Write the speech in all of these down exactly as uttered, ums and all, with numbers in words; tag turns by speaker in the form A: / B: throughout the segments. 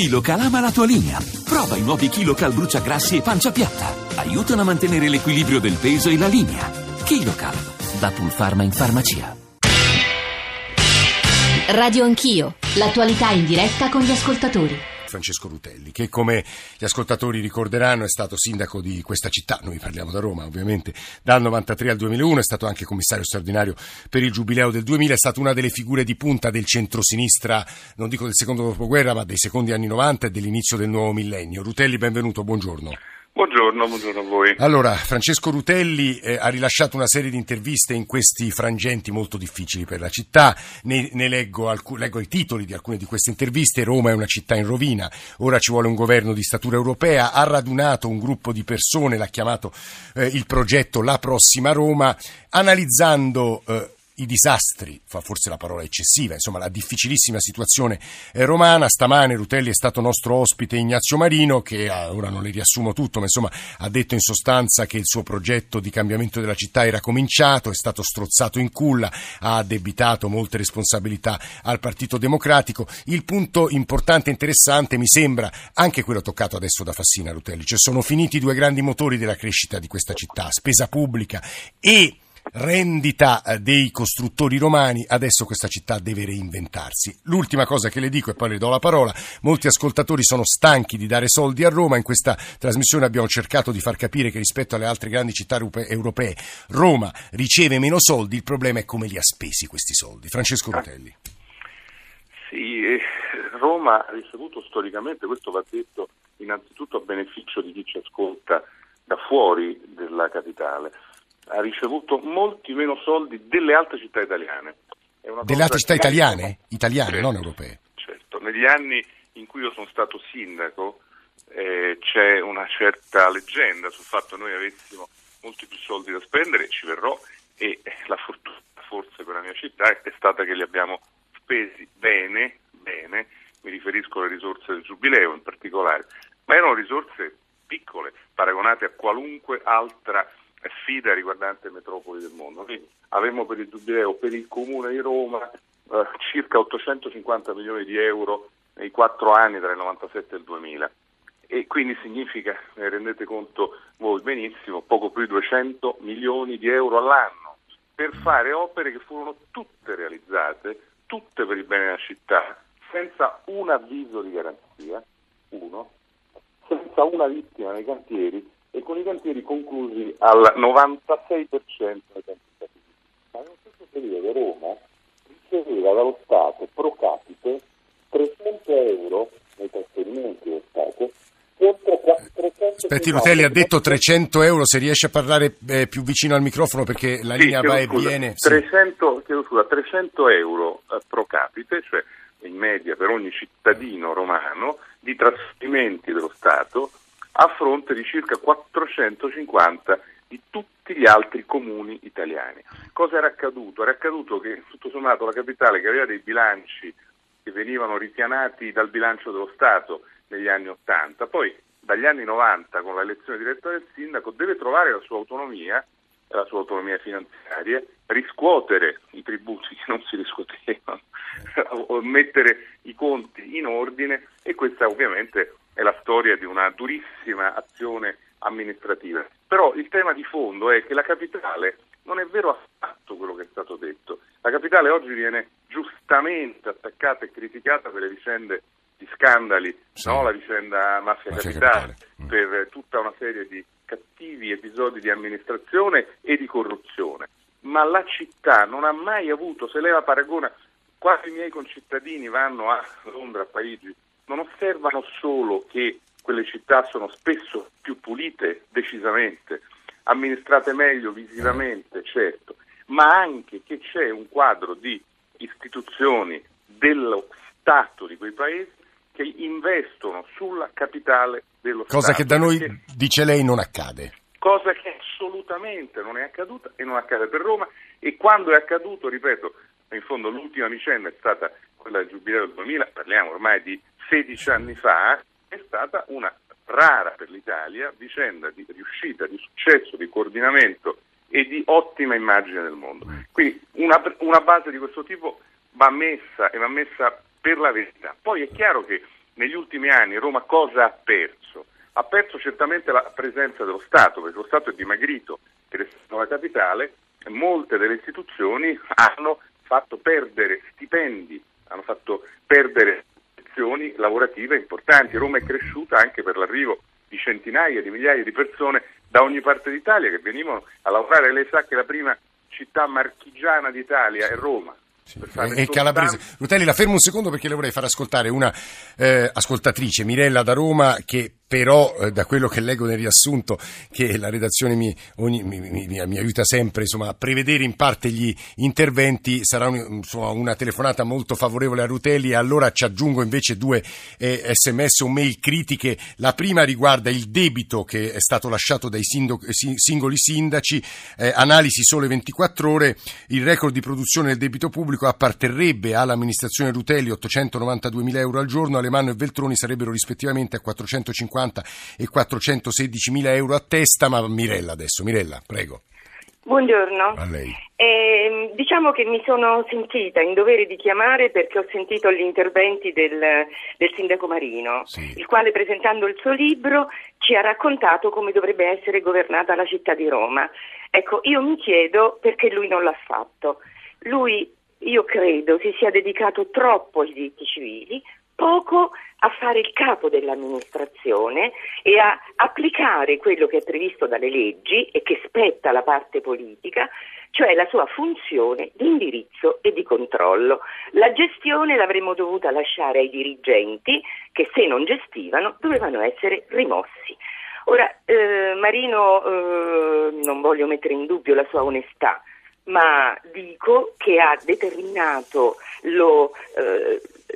A: KiloCal ama la tua linea. Prova i nuovi KiloCal bruciagrassi e pancia piatta. Aiutano a mantenere l'equilibrio del peso e la linea. KiloCal, da Pulpharma in farmacia.
B: Radio Anch'io, l'attualità in diretta con gli ascoltatori.
C: Francesco Rutelli, che come gli ascoltatori ricorderanno è stato sindaco di questa città, noi parliamo da Roma ovviamente, dal novantatré al duemilauno, è stato anche commissario straordinario per il giubileo del duemila, è stato una delle figure di punta del centrosinistra, non dico del secondo dopoguerra, ma dei secondi anni novanta e dell'inizio del nuovo millennio. Rutelli, benvenuto, buongiorno.
D: Buongiorno, buongiorno a voi.
C: Allora, Francesco Rutelli eh, ha rilasciato una serie di interviste in questi frangenti molto difficili per la città, ne, ne leggo, alc- leggo i titoli di alcune di queste interviste. Roma è una città in rovina, ora ci vuole un governo di statura europea, ha radunato un gruppo di persone, l'ha chiamato eh, il progetto La Prossima Roma, analizzando eh, i disastri, fa forse la parola eccessiva, insomma la difficilissima situazione eh, romana. Stamane Rutelli è stato nostro ospite Ignazio Marino, che ah, ora non le riassumo tutto, ma insomma ha detto in sostanza che il suo progetto di cambiamento della città era cominciato, è stato strozzato in culla, ha addebitato molte responsabilità al Partito Democratico. Il punto importante e interessante mi sembra anche quello toccato adesso da Fassina, Rutelli, cioè sono finiti i due grandi motori della crescita di questa città, spesa pubblica e rendita dei costruttori romani. Adesso questa città deve reinventarsi. L'ultima cosa che le dico e poi le do la parola: molti ascoltatori sono stanchi di dare soldi a Roma. In questa trasmissione abbiamo cercato di far capire che rispetto alle altre grandi città europee Roma riceve meno soldi, il problema è come li ha spesi questi soldi. Francesco Rutelli.
D: Sì, Roma ha ricevuto storicamente, questo va detto innanzitutto a beneficio di chi ci ascolta da fuori della capitale, ha ricevuto molti meno soldi delle altre città italiane. È una
C: delle altre città italiane?
D: Molto...
C: Italiane,
D: certo,
C: non europee.
D: Certo, negli anni in cui io sono stato sindaco eh, c'è una certa leggenda sul fatto che noi avessimo molti più soldi da spendere, ci verrò, e la fortuna forse per la mia città è stata che li abbiamo spesi bene, bene, mi riferisco alle risorse del Giubileo in particolare, ma erano risorse piccole, paragonate a qualunque altra sfida riguardante metropoli del mondo. Quindi avevamo per il Giubileo, per il Comune di Roma, eh, circa ottocentocinquanta milioni di euro nei quattro anni tra il novantasette e il duemila, e quindi significa, ne rendete conto voi benissimo, poco più di duecento milioni di euro all'anno per fare opere che furono tutte realizzate, tutte per il bene della città, senza un avviso di garanzia, uno, senza una vittima nei cantieri, e con i cantieri conclusi al novantasei per cento dei tempi. Ma nello stesso periodo Roma riceveva dallo Stato pro capite trecento euro nei trasferimenti dello Stato contro trecento.
C: Aspetti, Rutelli ha detto trecento euro, se riesce a parlare eh, più vicino al microfono perché la
D: sì,
C: linea va e
D: scusa,
C: viene.
D: trecento, sì. chiedo scusa, trecento euro eh, pro capite, cioè in media per ogni cittadino romano, di trasferimenti dello Stato, a fronte di circa quattrocentocinquanta di tutti gli altri comuni italiani. Cosa era accaduto? Era accaduto che tutto sommato la capitale, che aveva dei bilanci che venivano ripianati dal bilancio dello Stato negli anni ottanta, poi dagli anni novanta con l'elezione diretta del sindaco deve trovare la sua autonomia, la sua autonomia finanziaria, riscuotere i tributi che non si riscuotevano, mettere i conti in ordine, e questa ovviamente è la storia di una durissima azione amministrativa. Però il tema di fondo è che la capitale, non è vero affatto quello che è stato detto, la capitale oggi viene giustamente attaccata e criticata per le vicende di scandali, sì. no? La vicenda Mafia, Mafia Capitale, capitale. per tutta una serie di cattivi episodi di amministrazione e di corruzione, ma la città non ha mai avuto, se lei la paragona, quando i miei concittadini vanno a Londra, a Parigi, non osservano solo che quelle città sono spesso più pulite, decisamente, amministrate meglio visivamente, certo, ma anche che c'è un quadro di istituzioni dello Stato di quei paesi che investono sulla capitale dello Stato.
C: Cosa che da noi, perché, dice lei, non accade.
D: Cosa che assolutamente non è accaduta e non accade per Roma, e quando è accaduto, ripeto, in fondo l'ultima vicenda è stata quella del Giubileo del duemila, parliamo ormai di sedici anni fa, è stata una rara per l'Italia vicenda di riuscita, di successo, di coordinamento e di ottima immagine del mondo. Quindi una, una base di questo tipo va messa e va messa per la verità. Poi è chiaro che negli ultimi anni Roma cosa ha perso? Ha perso certamente la presenza dello Stato, perché lo Stato è dimagrito ed essendo la capitale, molte delle istituzioni hanno fatto perdere stipendi, hanno fatto perdere posizioni lavorative importanti. Roma è cresciuta anche per l'arrivo di centinaia di migliaia di persone da ogni parte d'Italia che venivano a lavorare. Lei sa che la prima città marchigiana d'Italia è Roma.
C: Sì, e calabrese. Rutelli, la fermo un secondo perché le vorrei far ascoltare una eh, ascoltatrice, Mirella da Roma, che però eh, da quello che leggo nel riassunto, che la redazione mi, ogni, mi, mi, mi aiuta sempre insomma, a prevedere in parte gli interventi, sarà un, insomma, una telefonata molto favorevole a Rutelli, e allora ci aggiungo invece due eh, sms o mail critiche. La prima riguarda il debito che è stato lasciato dai sindo, si, singoli sindaci, eh, analisi Sole ventiquattro Ore, il record di produzione del debito pubblico apparterrebbe all'amministrazione Rutelli ottocentonovantaduemila euro al giorno, Alemanno e Veltroni sarebbero rispettivamente a quattrocentocinquanta e quattrocentosedicimila euro a testa. Ma Mirella adesso, Mirella, prego.
E: Buongiorno.
C: A lei.
E: Eh, diciamo che mi sono sentita in dovere di chiamare perché ho sentito gli interventi del, del sindaco Marino, sì, il quale presentando il suo libro ci ha raccontato come dovrebbe essere governata la città di Roma. Ecco, io mi chiedo perché lui non l'ha fatto. Lui, io credo, si sia dedicato troppo ai diritti civili, poco a fare il capo dell'amministrazione e a applicare quello che è previsto dalle leggi e che spetta alla parte politica, cioè la sua funzione di indirizzo e di controllo. La gestione l'avremmo dovuta lasciare ai dirigenti che, se non gestivano, dovevano essere rimossi. Ora, eh, Marino, eh, non voglio mettere in dubbio la sua onestà, ma dico che ha determinato lo... Eh,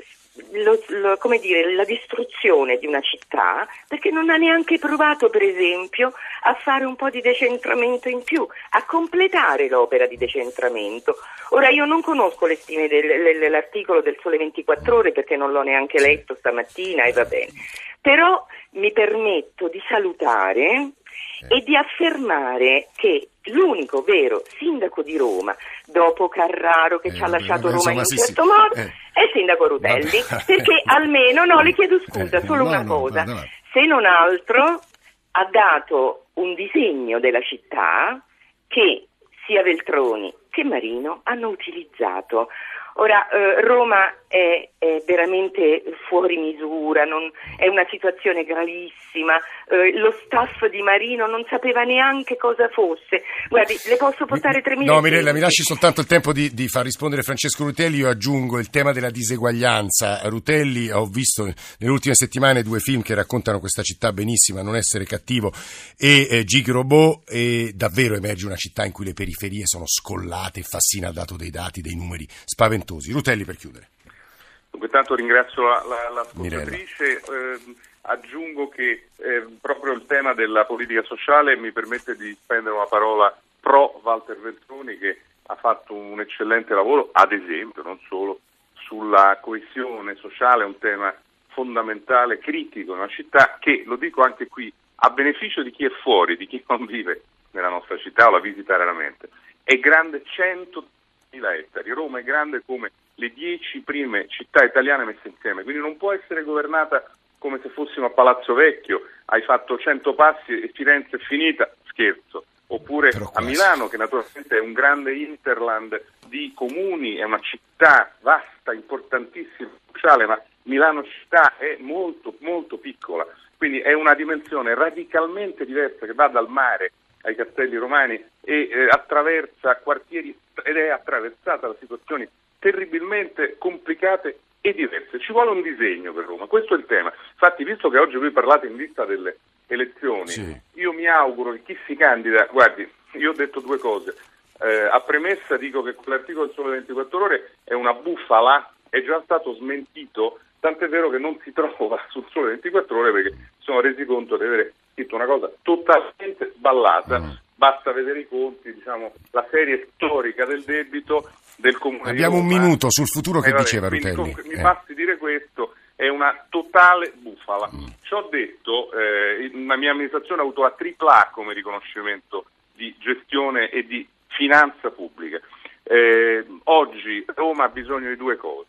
E: Lo, lo, come dire, la distruzione di una città, perché non ha neanche provato, per esempio, a fare un po' di decentramento in più, a completare l'opera di decentramento. Ora, io non conosco le stime dell'articolo del Sole ventiquattro Ore perché non l'ho neanche letto stamattina e va bene, però mi permetto di salutare e di affermare che l'unico vero sindaco di Roma, dopo Carraro che eh, ci ha lasciato Roma in un
C: sì,
E: certo
C: sì.
E: modo,
C: eh.
E: è il sindaco Rutelli, perché almeno, no, le chiedo scusa, solo
C: no,
E: una
C: no,
E: cosa,
C: no, no.
E: se non altro ha dato un disegno della città che sia Veltroni che Marino hanno utilizzato. Ora, eh, Roma è, è veramente fuori misura, non, è una situazione gravissima, eh, lo staff di Marino non sapeva neanche cosa fosse. Guardi, le posso portare tre minuti?
C: No, Mirella, mi lasci soltanto il tempo di, di far rispondere Francesco Rutelli. Io aggiungo il tema della diseguaglianza. Rutelli, ho visto nelle ultime settimane due film che raccontano questa città benissima, Non essere cattivo e eh, Gig Robot, e davvero emerge una città in cui le periferie sono scollate e Fassina ha dato dei dati, dei numeri spaventosi. Rutelli, per chiudere.
D: Dunque, tanto ringrazio la, la, l'ascoltatrice, eh, aggiungo che eh, proprio il tema della politica sociale mi permette di spendere una parola pro Walter Veltroni, che ha fatto un eccellente lavoro, ad esempio, non solo, sulla coesione sociale, un tema fondamentale, critico in una città che, lo dico anche qui, a beneficio di chi è fuori, di chi non vive nella nostra città o la visita raramente, è grande centomila ettari. Roma è grande come le dieci prime città italiane messe insieme, quindi non può essere governata come se fossimo a Palazzo Vecchio, hai fatto cento passi e Firenze è finita, scherzo, oppure a Milano, che naturalmente è un grande hinterland di comuni, è una città vasta, importantissima, sociale, ma Milano città è molto molto piccola, quindi è una dimensione radicalmente diversa che va dal mare ai Castelli Romani e eh, attraversa quartieri ed è attraversata da situazioni terribilmente complicate e diverse. Ci vuole un disegno per Roma, questo è il tema. Infatti, visto che oggi voi parlate in vista delle elezioni, sì, io mi auguro che chi si candida, guardi, io ho detto due cose, eh, a premessa dico che quell'articolo del Sole ventiquattro Ore è una bufala, è già stato smentito, tant'è vero che non si trova sul Sole ventiquattro Ore perché si sono resi conto di avere scritto una cosa totalmente sballata. Mm. Basta vedere i conti, diciamo, la serie storica del debito del Comune
C: Abbiamo
D: di Roma.
C: un minuto sul futuro che
D: eh, vabbè,
C: diceva
D: quindi,
C: Rutelli.
D: Com- mi
C: eh.
D: basti dire questo, è una totale bufala.
C: Mm.
D: Ciò detto, eh, la mia amministrazione ha avuto la tripla A come riconoscimento di gestione e di finanza pubblica. Eh, oggi Roma ha bisogno di due cose.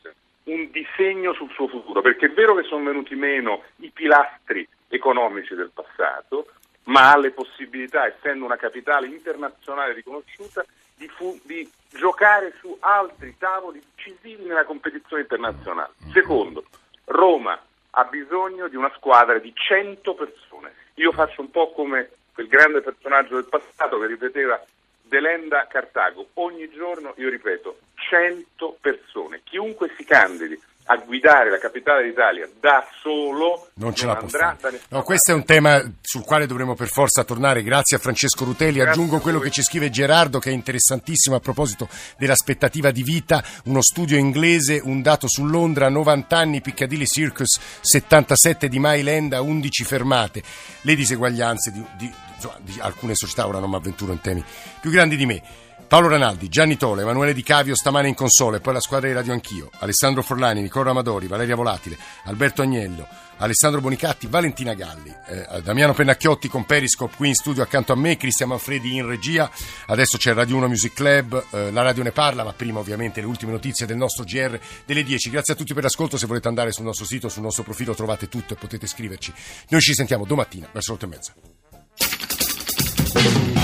D: un disegno sul suo futuro, perché è vero che sono venuti meno i pilastri economici del passato, ma ha le possibilità, essendo una capitale internazionale riconosciuta, di, fu- di giocare su altri tavoli decisivi nella competizione internazionale. Secondo, Roma ha bisogno di una squadra di cento persone. Io faccio un po' come quel grande personaggio del passato che ripeteva Delenda Cartago. Ogni giorno, io ripeto, cento persone. Chiunque si candidi a guidare la capitale d'Italia da solo
C: non ce
D: non
C: la può
D: andrà
C: fare.
D: da
C: No, questo è un tema sul quale dovremo per forza tornare. Grazie a Francesco Rutelli.
D: Grazie.
C: Aggiungo quello che ci scrive Gerardo, che è interessantissimo a proposito dell'aspettativa di vita. Uno studio inglese, un dato su Londra: novanta anni Piccadilly Circus, settantasette di Mile End, undici fermate. Le diseguaglianze di, di, insomma, di alcune società, ora non mi avventuro in temi più grandi di me. Paolo Ranaldi, Gianni Tola, Emanuele Di Cavio stamane in console, poi la squadra di Radio Anch'io, Alessandro Forlani, Nicola Amadori, Valeria Volatile, Alberto Agnello, Alessandro Bonicatti, Valentina Galli, eh, Damiano Pennacchiotti con Periscope qui in studio accanto a me, Cristian Manfredi in regia. Adesso c'è Radio uno Music Club, eh, la radio ne parla, ma prima ovviamente le ultime notizie del nostro G R delle dieci. Grazie a tutti per l'ascolto. Se volete andare sul nostro sito, sul nostro profilo trovate tutto e potete scriverci. Noi ci sentiamo domattina verso le otto e mezza.